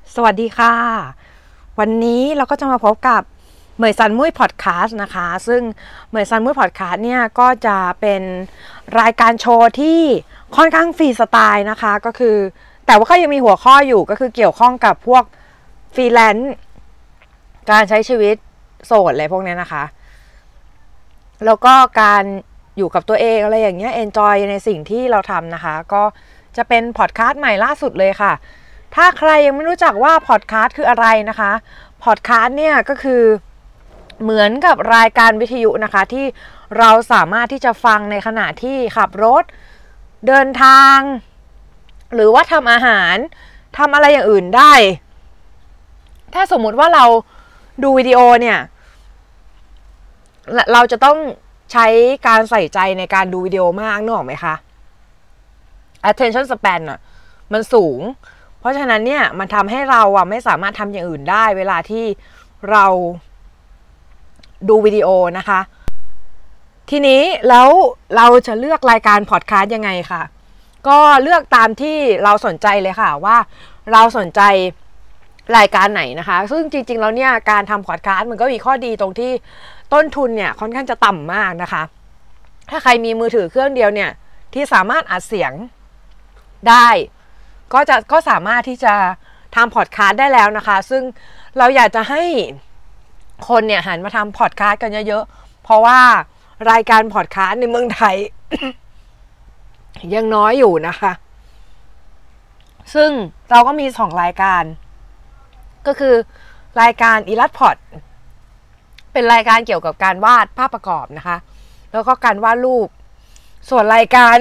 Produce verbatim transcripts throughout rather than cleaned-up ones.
สวัสดีค่ะวันนี้เราก็จะมาพบกับเหมยซันมุ้ยพอดแคสต์นะคะซึ่งเหมยซันมุ้ยพอดแคสต์เนี่ยก็จะเป็นรายการโชว์ที่ค่อนข้างฟรีสไตล์นะคะก็คือแต่ว่าก็ยังมีหัวข้ออยู่ก็คือเกี่ยวข้องกับพวกฟรีแลนซ์การใช้ชีวิตโสดอะไรพวกนี้นะคะแล้วก็การอยู่กับตัวเองอะไรอย่างเงี้ยเอนจอยในสิ่งที่เราทำนะคะก็จะเป็นพอดแคสต์ใหม่ล่าสุดเลยค่ะถ้าใครยังไม่รู้จักว่าพอดแคสต์คืออะไรนะคะพอดแคสต์เนี่ยก็คือเหมือนกับรายการวิทยุนะคะที่เราสามารถที่จะฟังในขณะที่ขับรถเดินทางหรือว่าทำอาหารทำอะไรอย่างอื่นได้ถ้าสมมุติว่าเราดูวิดีโอเนี่ยเราจะต้องใช้การใส่ใจในการดูวิดีโอมากนึกออกไหมคะ attention span อ่ะมันสูงเพราะฉะนั้นเนี่ยมันทำให้เราอ่ะไม่สามารถทำอย่างอื่นได้เวลาที่เราดูวิดีโอนะคะทีนี้แล้วเราจะเลือกรายการพอดแคสต์ยังไงค่ะก็เลือกตามที่เราสนใจเลยค่ะว่าเราสนใจรายการไหนนะคะซึ่งจริงๆแล้วเนี่ยการทำพอดแคสต์มันก็มีข้อดีตรงที่ต้นทุนเนี่ยค่อนข้างจะต่ำมากนะคะถ้าใครมีมือถือเครื่องเดียวเนี่ยที่สามารถอัดเสียงได้ก็จะก็สามารถที่จะทำพอดแคสต์ได้แล้วนะคะซึ่งเราอยากจะให้คนเนี่ยหันมาทำพอดแคสต์กันเยอะๆเพราะว่ารายการพอดแคสต์ในเมืองไทย ยังน้อยอยู่นะคะซึ่งเราก็มีสองรายการก็คือรายการอีลัดพอดเป็นรายการเกี่ยวกับการวาดภาพประกอบนะคะแล้วก็การวาดรูปส่วนรายการ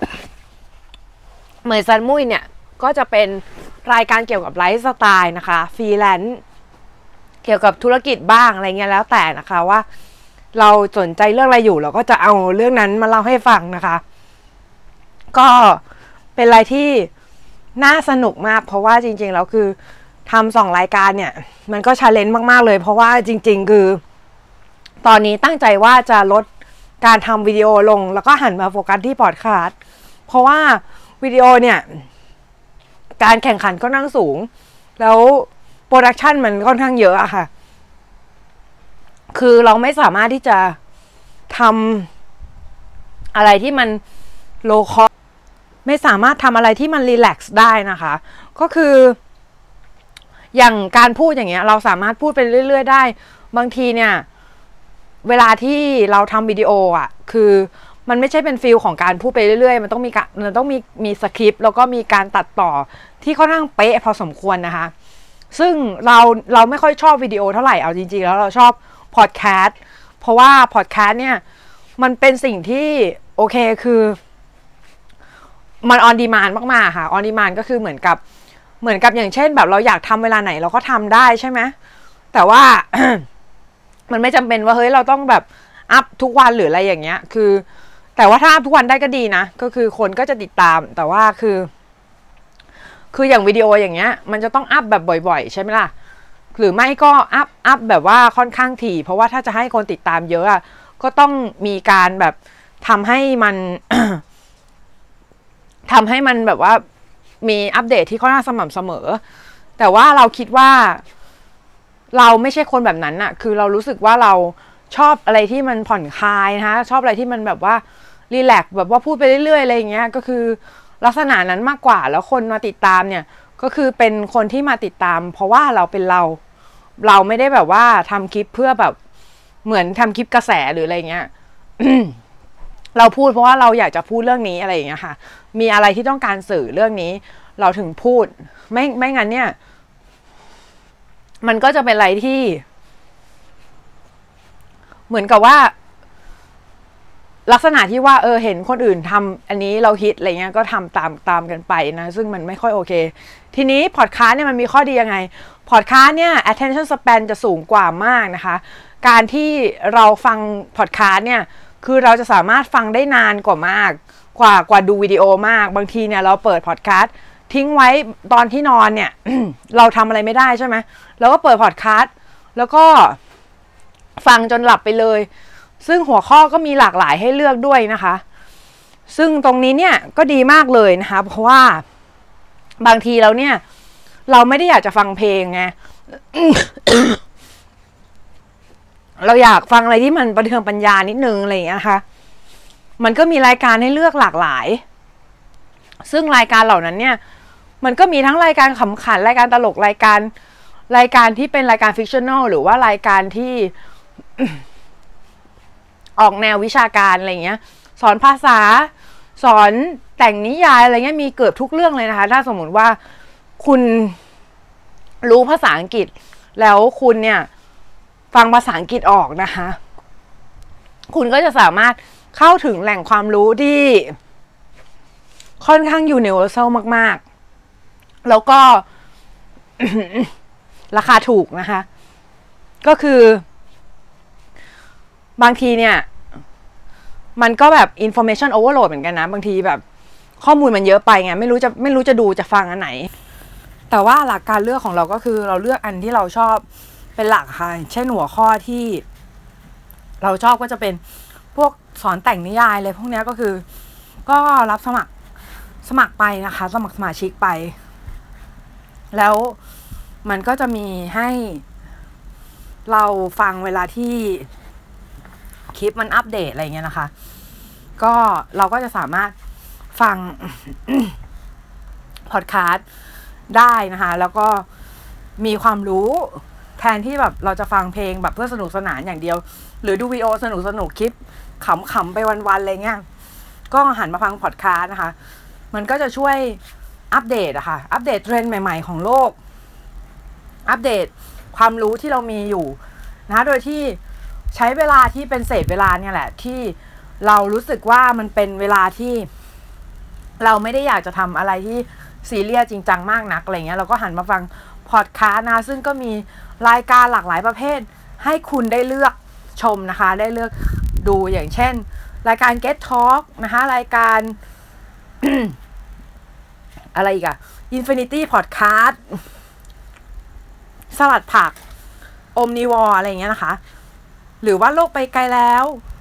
เหมยซันมุ้ยเนี่ยก็จะเป็นรายการเกี่ยวกับไลฟ์สไตล์นะคะฟรีแลนซ์เกี่ยวกับธุรกิจบ้างอะไรเงี้ยแล้วแต่นะคะว่าเราสนใจเรื่องอะไรอยู่เราก็จะเอาเรื่องนั้นมาเล่าให้ฟังนะคะก็เป็นอะไรที่น่าสนุกมากเพราะว่าจริงๆแล้วคือทำสองรายการเนี่ยมันก็ชาเลนจ์มากๆเลยเพราะว่าจริงๆคือตอนนี้ตั้งใจว่าจะลดการทำวิดีโอลงแล้วก็หันมาโฟกัสที่พอดแคสต์เพราะว่าวิดีโอเนี่ยการแข่งขันก็นั่งสูงแล้วโปรดักชันมันค่อนข้างเยอะอะค่ะคือเราไม่สามารถที่จะทำอะไรที่มันโลคอสไม่สามารถทำอะไรที่มันรีแลกซ์ได้นะคะก็คืออย่างการพูดอย่างเงี้ยเราสามารถพูดไปเรื่อยๆได้บางทีเนี่ยเวลาที่เราทำวิดีโออะคือมันไม่ใช่เป็นฟิลของการพูดไปเรื่อยๆมันต้องมีการมันต้องมีมีสคริปต์แล้วก็มีการตัดต่อที่ค่อนข้างเป๊ะพอสมควรนะคะซึ่งเราเราไม่ค่อยชอบวิดีโอเท่าไหร่เอาจริงๆแล้วเราชอบพอดแคสต์เพราะว่าพอดแคสต์เนี่ยมันเป็นสิ่งที่โอเคคือมันออนดีมานด์มากๆค่ะออนดีมานด์ก็คือเหมือนกับเหมือนกับอย่างเช่นแบบเราอยากทำเวลาไหนเราก็ทำได้ใช่ไหมแต่ว่า มันไม่จำเป็นว่าเฮ้ยเราต้องแบบอัพทุกวันหรืออะไรอย่างเงี้ยคือแต่ว่าถ้าอัพทุกวันได้ก็ดีนะก็คือคนก็จะติดตามแต่ว่าคือคืออย่างวิดีโออย่างเงี้ยมันจะต้องอัพแบบบ่อยๆใช่ไหมล่ะหรือไม่ก็อัพอัพแบบว่าค่อนข้างถี่เพราะว่าถ้าจะให้คนติดตามเยอะอ่ะก็ต้องมีการแบบทำให้มัน ทำให้มันแบบว่ามีอัปเดตที่ค่อนข้างสม่ำเสมอแต่ว่าเราคิดว่าเราไม่ใช่คนแบบนั้นน่ะคือเรารู้สึกว่าเราชอบอะไรที่มันผ่อนคลายนะคะชอบอะไรที่มันแบบว่ารีแลกซ์แบบว่าพูดไปเรื่อยๆอะไรอย่างเงี้ยก็คือลักษณะนั้นมากกว่าแล้วคนมาติดตามเนี่ยก็คือเป็นคนที่มาติดตามเพราะว่าเราเป็นเราเราไม่ได้แบบว่าทำคลิปเพื่อแบบเหมือนทำคลิปกระแสหรืออะไรเงี้ย เราพูดเพราะว่าเราอยากจะพูดเรื่องนี้อะไรอย่างเงี้ยค่ะมีอะไรที่ต้องการสื่อเรื่องนี้เราถึงพูดไม่ไม่งั้นเนี่ยมันก็จะเป็นอะไรที่เหมือนกับว่าลักษณะที่ว่าเออเห็นคนอื่นทำอันนี้เราฮิตอะไรเงี้ยก็ทำตามตามกันไปนะซึ่งมันไม่ค่อยโอเคทีนี้พอดคาสต์เนี่ยมันมีข้อดียังไงพอดคาสต์เนี่ย attention span จะสูงกว่ามากนะคะการที่เราฟังพอดคาสต์เนี่ยคือเราจะสามารถฟังได้นานกว่ามากกว่ากว่าดูวิดีโอมากบางทีเนี่ยเราเปิดพอดคาสต์ทิ้งไว้ตอนที่นอนเนี่ย เราทำอะไรไม่ได้ใช่ไหมเราก็เปิดพอดคาสต์แล้วก็ฟังจนหลับไปเลยซึ่งหัวข้อก็มีหลากหลายให้เลือกด้วยนะคะซึ่งตรงนี้เนี่ยก็ดีมากเลยนะคะเพราะว่าบางทีเราเนี่ยเราไม่ได้อยากจะฟังเพลงไง เราอยากฟังอะไรที่มันประเทืองปัญญานิดนึงอะไรอย่างเงี้ยนะคะมันก็มีรายการให้เลือกหลากหลายซึ่งรายการเหล่านั้นเนี่ยมันก็มีทั้งรายการขำขันรายการตลกรายการรายการที่เป็นรายการฟิกชันแนลหรือว่ารายการที่ ออกแนววิชาการอะไรเงี้ยสอนภาษาสอนแต่งนิยายอะไรเงี้ยมีเกือบทุกเรื่องเลยนะคะถ้าสมมติว่าคุณรู้ภาษาอังกฤษแล้วคุณเนี่ยฟังภาษาอังกฤษออกนะคะคุณก็จะสามารถเข้าถึงแหล่งความรู้ที่ค่อนข้าง universal มากๆแล้วก็ ราคาถูกนะคะก็คือบางทีเนี่ยมันก็แบบ information overload เหมือนกันนะบางทีแบบข้อมูลมันเยอะไปไงไม่รู้จะไม่รู้จะดูจะฟังอันไหนแต่ว่าหลักการเลือกของเราก็คือเราเลือกอันที่เราชอบเป็นหลักค่ะเช่นหัวข้อที่เราชอบก็จะเป็นพวกสอนแต่งนิยายเลยพวกนี้ก็คือก็รับสมัครสมัครไปนะคะสมัครสมาชิกไปแล้วมันก็จะมีให้เราฟังเวลาที่คลิปมันอัปเดตอะไรเงี้ยนะคะก็เราก็จะสามารถฟัง พอดคาสต์ได้นะคะแล้วก็มีความรู้แทนที่แบบเราจะฟังเพลงแบบเพื่อสนุกสนานอย่างเดียวหรือดูวิดีโอสนุกสนุกคลิปขำๆไปวันๆอะไรเงี้ยก็หันมาฟังพอดคาสต์นะคะมันก็จะช่วยอัปเดตอะค่ะอัปเดตเทรนด์ใหม่ๆของโลกอัปเดตความรู้ที่เรามีอยู่นะโดยที่ใช้เวลาที่เป็นเศษเวลาเนี่ยแหละที่เรารู้สึกว่ามันเป็นเวลาที่เราไม่ได้อยากจะทำอะไรที่ซีเรียสจริงจังมากนักอะไรเงี้ยเราก็หันมาฟังพอดคาสต์นะซึ่งก็มีรายการหลากหลายประเภทให้คุณได้เลือกชมนะคะได้เลือกดูอย่างเช่นรายการ Get Talk นะคะรายการ อะไรอีกอะ Infinity Podcast สลัดผัก Omnivore อะไรอย่างเงี้ยนะคะหรือว่าโลกไปไกลแล้ว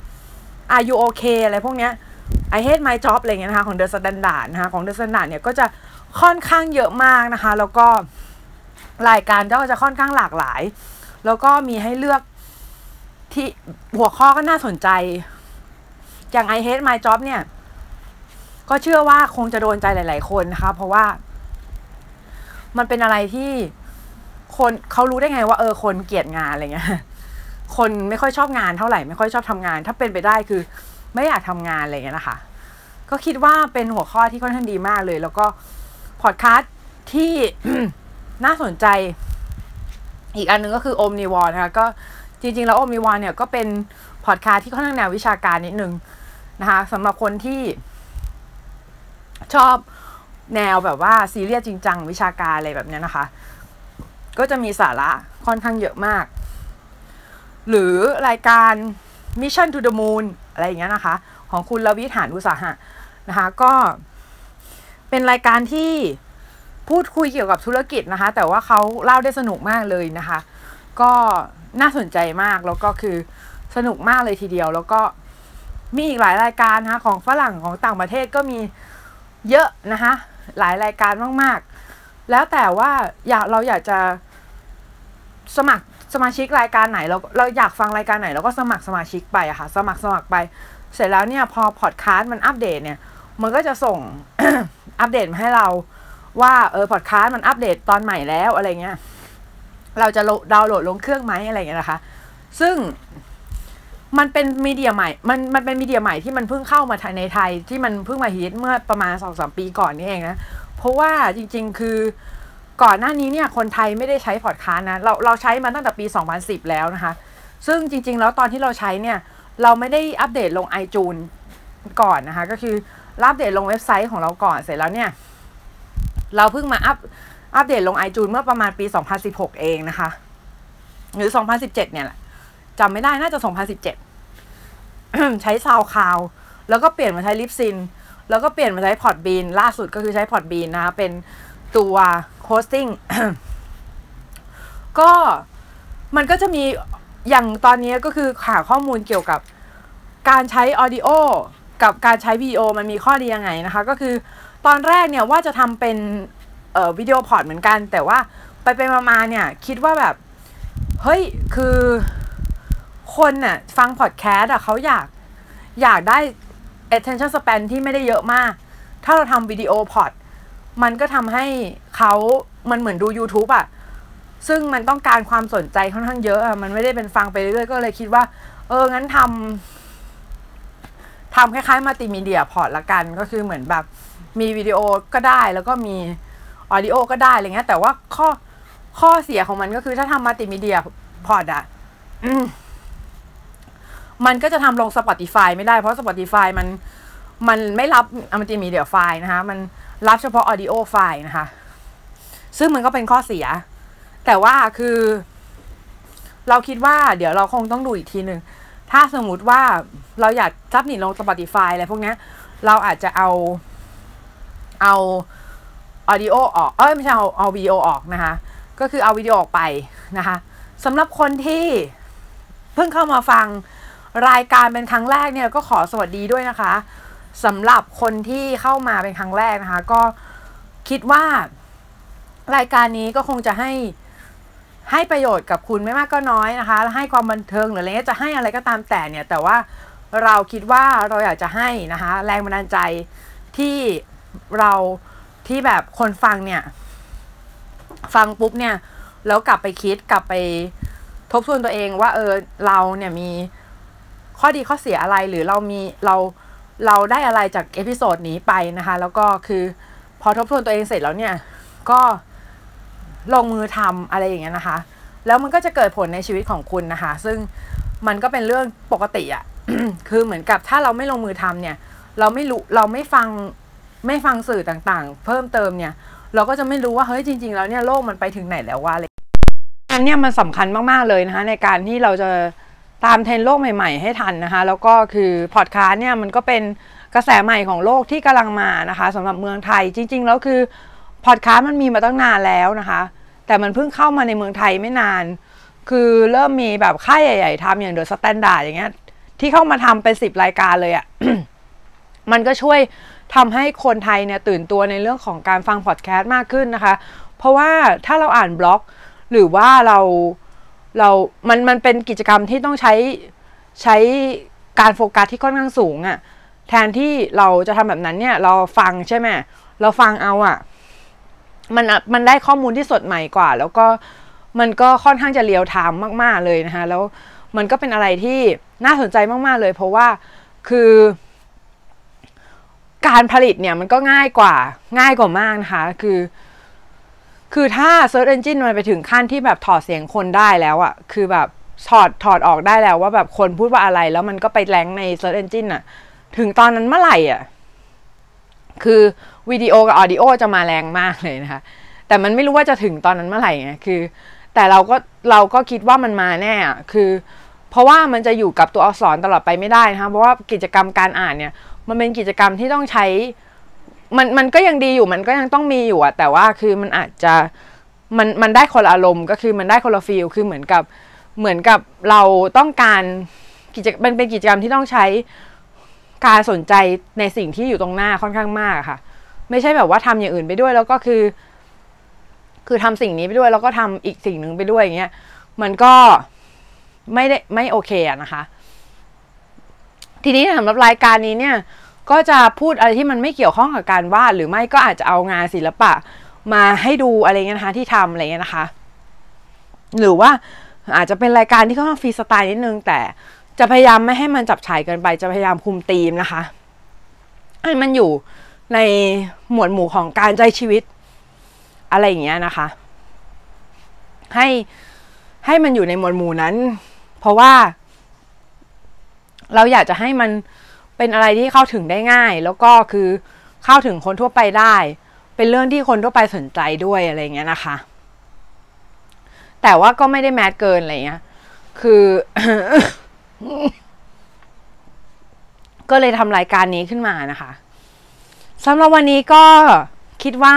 Are you okay อะไรพวกเนี้ย I hate my job อะไรเงี้ยนะคะของ The Standard นะคะของ The Standard เนี่ยก็จะค่อนข้างเยอะมากนะคะแล้วก็รายการก็จะค่อนข้างหลากหลายแล้วก็มีให้เลือกที่หัวข้อก็น่าสนใจอย่าง I hate my job เนี่ยก็เชื่อว่าคงจะโดนใจหลายๆคนนะคะเพราะว่ามันเป็นอะไรที่คนเขารู้ได้ไงว่าเออคนเกลียดงานอะไรเงี้ยคนไม่ค่อยชอบงานเท่าไหร่ไม่ค่อยชอบทำงานถ้าเป็นไปได้คือไม่อยากทำงานอะไรเงี้ยนะคะก็คิดว่าเป็นหัวข้อที่ค่อนข้างดีมากเลยแล้วก็พอดคาสต์ที่ น่าสนใจอีกอันนึงก็คือ Omnivore นะคะก็จริงๆแล้ว Omnivore เนี่ยก็เป็นพอดคาสต์ที่ค่อนข้างแนววิชาการนิดนึงนะคะสำหรับคนที่ชอบแนวแบบว่าซีเรียสจริงจังวิชาการอะไรแบบนี้นะคะก็จะมีสาระค่อนข้างเยอะมากหรือรายการ Mission to the Moon อะไรอย่างเงี้ยนะคะของคุณรวิทย์ หานอุตสาหะนะคะก็เป็นรายการที่พูดคุยเกี่ยวกับธุรกิจนะคะแต่ว่าเขาเล่าได้สนุกมากเลยนะคะก็น่าสนใจมากแล้วก็คือสนุกมากเลยทีเดียวแล้วก็มีอีกหลายรายการนะคะของฝรั่งของต่างประเทศก็มีเยอะนะคะหลายรายการมากๆแล้วแต่ว่าอยากเราอยากจะสมัครสมาชิกรายการไหนเราเราอยากฟังรายการไหนเราก็สมัครสมาชิกไปอะค่ะสมัครสมัครไปเสร็จแล้วเนี่ยพอพอดคาสต์มันอัปเดตเนี่ยมันก็จะส่ง อัปเดตมาให้เราว่าเออพอดคาสต์มันอัปเดตตอนใหม่แล้วอะไรเงี้ยเราจะดาวน์โหลดลงเครื่องไหมอะไรเงี้ยนะคะซึ่งมันเป็นมีเดียใหม่มันมันเป็นมีเดียใหม่ที่มันเพิ่งเข้ามาในไทยที่มันเพิ่งมาฮิตเมื่อประมาณ สองถึงสาม ปีก่อนนี่เองนะเพราะว่าจริงๆคือก่อนหน้านี้เนี่ยคนไทยไม่ได้ใช้พอดคาสต์นะเราเราใช้มาตั้งแต่ปีสองพันสิบแล้วนะคะซึ่งจริงๆแล้วตอนที่เราใช้เนี่ยเราไม่ได้อัปเดตลง iTunes ก่อนนะคะก็คืออัปเดตลงเว็บไซต์ของเราก่อนเสร็จแล้วเนี่ยเราเพิ่งมาอัปอัปเดตลง iTunes เมื่อประมาณปีสองพันสิบหกเองนะคะหรือสองพันสิบเจ็ดเนี่ยแหละจำไม่ได้น่าจะสองพันสิบเจ็ด ใช้ซาวคลาวด์แล้วก็เปลี่ยนมาใช้ลิปซินแล้วก็เปลี่ยนมาใช้พอดบีนล่าสุดก็คือใช้พอดบีนนะคะเป็นตัวโฮสติ้ง ก็มันก็จะมีอย่างตอนนี้ก็คือหาข้อมูลเกี่ยวกับการใช้ออดิโอกับการใช้วิดีโอมันมีข้อดียังไงนะคะก็คือตอนแรกเนี่ยว่าจะทำเป็นเอ่อวิดีโอพอดเหมือนกันแต่ว่าไปไปมาๆเนี่ยคิดว่าแบบเฮ้ยคือคนน่ะฟังพอดแคสต์อ่ะเขาอยากอยากได้ attention span ที่ไม่ได้เยอะมากถ้าเราทำวิดีโอพอดมันก็ทำให้เขามันเหมือนดู YouTube อ่ะซึ่งมันต้องการความสนใจค่อนข้างเยอะอ่ะมันไม่ได้เป็นฟังไปเรื่อยๆก็เลยคิดว่าเอองั้นทำทำคล้ายๆมัลติมีเดียพอดละกันก็คือเหมือนแบบมีวิดีโอก็ได้แล้วก็มีออดิโอก็ได้อะไรเงี้ยแต่ว่าข้อข้อเสียของมันก็คือถ้าทำมัลติมีเดียพอดอ่ะมันก็จะทำลง Spotify ไม่ได้เพราะ Spotify มันมันไม่รับมัลติมีเดียไฟล์นะคะมันรับเฉพาะออดิโอไฟล์นะคะซึ่งมันก็เป็นข้อเสียแต่ว่าคือเราคิดว่าเดี๋ยวเราคงต้องดูอีกทีหนึ่งถ้าสมมุติว่าเราอยากซับมิทลง Spotify อะไรพวกนี้เราอาจจะเอาเอาออดิโอออกเอ้ยไม่ใช่เอาเอาวิดีโอออกนะคะก็คือเอาวิดีโอออกไปนะคะสำหรับคนที่เพิ่งเข้ามาฟังรายการเป็นครั้งแรกเนี่ยก็ขอสวัสดีด้วยนะคะสำหรับคนที่เข้ามาเป็นครั้งแรกนะคะก็คิดว่ารายการนี้ก็คงจะให้ให้ประโยชน์กับคุณไม่มากก็น้อยนะคะให้ความบันเทิงหรืออะไรจะให้อะไรก็ตามแต่เนี่ยแต่ว่าเราคิดว่าเราอยากจะให้นะคะแรงบันดาลใจที่เราที่แบบคนฟังเนี่ยฟังปุ๊บเนี่ยแล้วกลับไปคิดกลับไปทบทวนตัวเองว่าเออเราเนี่ยมีข้อดีข้อเสียอะไรหรือเรามีเราเราได้อะไรจากเอพิโซดนี้ไปนะคะแล้วก็คือพอทบทวนตัวเองเสร็จแล้วเนี่ยก็ลงมือทำอะไรอย่างเงี้ยนะคะแล้วมันก็จะเกิดผลในชีวิตของคุณนะคะซึ่งมันก็เป็นเรื่องปกติอ่ะ คือเหมือนกับถ้าเราไม่ลงมือทำเนี่ยเราไม่รู้เราไม่ฟังไม่ฟังสื่อต่างๆเพิ่มเติมเนี่ยเราก็จะไม่รู้ว่าเฮ้ยจริงๆแล้วเนี่ยโลกมันไปถึงไหนแล้ววะอะไรอันเนี้ยมันสำคัญมากๆเลยนะคะในการที่เราจะตามเทรนด์โลกใหม่ๆให้ทันนะคะแล้วก็คือพอดคาสต์เนี่ยมันก็เป็นกระแสใหม่ของโลกที่กำลังมานะคะสำหรับเมืองไทยจริงๆแล้วคือพอดคาสต์มันมีมาตั้งนานแล้วนะคะแต่มันเพิ่งเข้ามาในเมืองไทยไม่นานคือเริ่มมีแบบค่ายใหญ่ๆทำอย่างเดอะสแตนดาร์ดอย่างเงี้ยที่เข้ามาทำเป็นสิบรายการเลยอะ่ะ มันก็ช่วยทำให้คนไทยเนี่ยตื่นตัวในเรื่องของการฟังพอดแคสต์มากขึ้นนะคะเพราะว่าถ้าเราอ่านบล็อกหรือว่าเราเรามันมันเป็นกิจกรรมที่ต้องใช้ใช้การโฟกัสที่ค่อนข้างสูงอะ่ะแทนที่เราจะทำแบบนั้นเนี่ยเราฟังใช่ไหมเราฟังเอาอะ่ะมันมันได้ข้อมูลที่สดใหม่กว่าแล้วก็มันก็ค่อนข้างจะเรียลไทม์มากๆเลยนะคะแล้วมันก็เป็นอะไรที่น่าสนใจมากๆเลยเพราะว่าคือการผลิตเนี่ยมันก็ง่ายกว่าง่ายกว่ามากนะคะคือคือถ้า Search Engine มันไปถึงขั้นที่แบบถอดเสียงคนได้แล้วอะคือแบบถอดถอดออกได้แล้วว่าแบบคนพูดว่าอะไรแล้วมันก็ไปแรงใน Search Engine อะถึงตอนนั้นเมื่อไหร่อะคือวิดีโอกับออดิโอจะมาแรงมากเลยนะคะแต่มันไม่รู้ว่าจะถึงตอนนั้นเมื่อไหร่ไงคือแต่เราก็เราก็คิดว่ามันมาแน่อะคือเพราะว่ามันจะอยู่กับตัวอักษรตลอดไปไม่ได้นะคะเพราะว่ากิจกรรมการอ่านเนี่ยมันเป็นกิจกรรมที่ต้องใช้มันมันก็ยังดีอยู่มันก็ยังต้องมีอยู่อะแต่ว่าคือมันอาจจะมันมันได้คนละอารมณ์ก็คือมันได้คนละฟีลคือเหมือนกับเหมือนกับเราต้องการกิจมันเป็นกิจกรรมที่ต้องใช้การสนใจในสิ่งที่อยู่ตรงหน้าค่อนข้างมากค่ะไม่ใช่แบบว่าทำอย่างอื่นไปด้วยแล้วก็คือคือทำสิ่งนี้ไปด้วยแล้วก็ทำอีกสิ่งหนึ่งไปด้วยอย่างเงี้ยมันก็ไม่ได้ไม่โอเคอะนะคะทีนี้สำหรับรายการนี้เนี่ยก็จะพูดอะไรที่มันไม่เกี่ยวข้องกับการวาดหรือไม่ก็อาจจะเอางานศิลปะมาให้ดูอะไรเงี้ยนะคะที่ทำอะไรเงี้ยนะคะหรือว่าอาจจะเป็นรายการที่ค่อนข้างฟรีสไตล์นิดนึงแต่จะพยายามไม่ให้มันจับฉ่ายเกินไปจะพยายามคุมธีมนะคะให้มันอยู่ในหมวดหมู่ของการใช้ชีวิตอะไรอย่างเงี้ยนะคะให้ให้มันอยู่ในหมวดหมู่นั้นเพราะว่าเราอยากจะให้มันเป็นอะไรที่เข้าถึงได้ง่ายแล้วก็คือเข้าถึงคนทั่วไปได้เป็นเรื่องที่คนทั่วไปสนใจด้วยอะไรเงี้ยนะคะแต่ว่าก็ไม่ได้แมสเกินอะไรเงี้ยคือ ก็เลยทำรายการนี้ขึ้นมานะคะสำหรับวันนี้ก็คิดว่า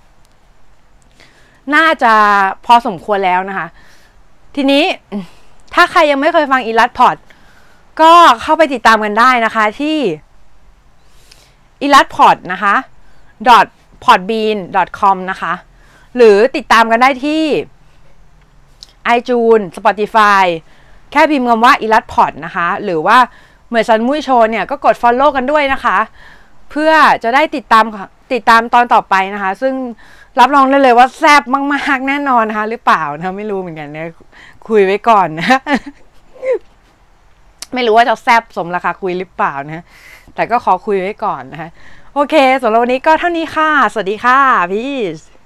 น่าจะพอสมควรแล้วนะคะทีนี้ถ้าใครยังไม่เคยฟังอีลัดพอดก็เข้าไปติดตามกันได้นะคะที่ อีลัดพอด นะคะพอดบีน ดอท คอม นะคะ หรือติดตามกันได้ที่ iTunes Spotify แค่พิมพ์คำว่าอีลัดพอดนะคะ หรือว่าเหมือนซันมุ้ยโชว์เนี่ยก็กด follow กันด้วยนะคะ เพื่อจะได้ติดตามติดตามตอนต่อไปนะคะ ซึ่งรับรองได้เลยว่าแซ่บมากๆแน่นอนนะคะหรือเปล่านะไม่รู้เหมือนกันนะคุยไว้ก่อนนะ ไม่รู้ว่าจะแซ่บสมราคาคุยหรือเปล่านะแต่ก็ขอคุยไว้ก่อนนะคะโอเคสำหรับวันนี้ก็เท่านี้ค่ะสวัสดีค่ะพีช